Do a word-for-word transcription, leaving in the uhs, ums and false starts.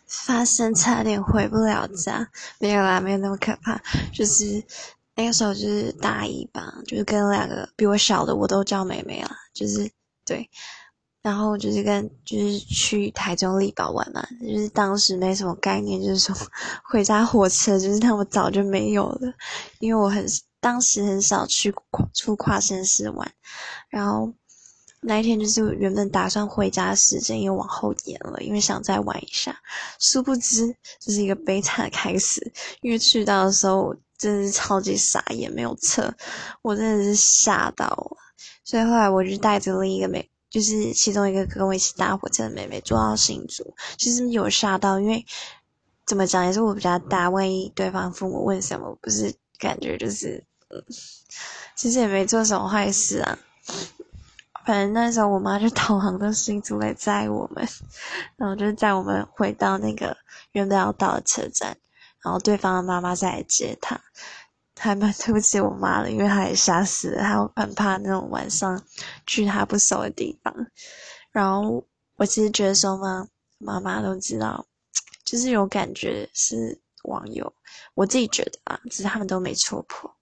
发生差点回不了家，没有啦，没有那么可怕。就是那个时候就是大一吧，就是跟两个比我小的，我都叫妹妹啦，就是对。然后就是跟就是去台中力宝玩嘛，就是当时没什么概念，就是说回家火车就是他们早就没有了，因为我很当时很少去跨出跨县市玩，然后那一天就是原本打算回家的时间又往后延了，因为想再玩一下，殊不知这是一个悲惨的开始，因为去到的时候我真的是超级傻眼，没有车，我真的是吓到了，所以后来我就带着另一个妹，就是其中一个跟我一起搭火车的妹妹坐到新竹，其实有吓到，因为怎么讲也是我比较大，万一对方父母问什么，不是感觉就是嗯，其实也没做什么坏事啊。反正那时候我妈就导航到新竹来载我们，然后就载我们回到那个原本要到的车站，然后对方的妈妈再来接她。还蛮对不起我妈的，因为她也吓死了，她很怕那种晚上去她不熟的地方。然后我其实觉得说嘛，妈妈都知道，就是有感觉是网友，我自己觉得啊，只是他们都没戳破。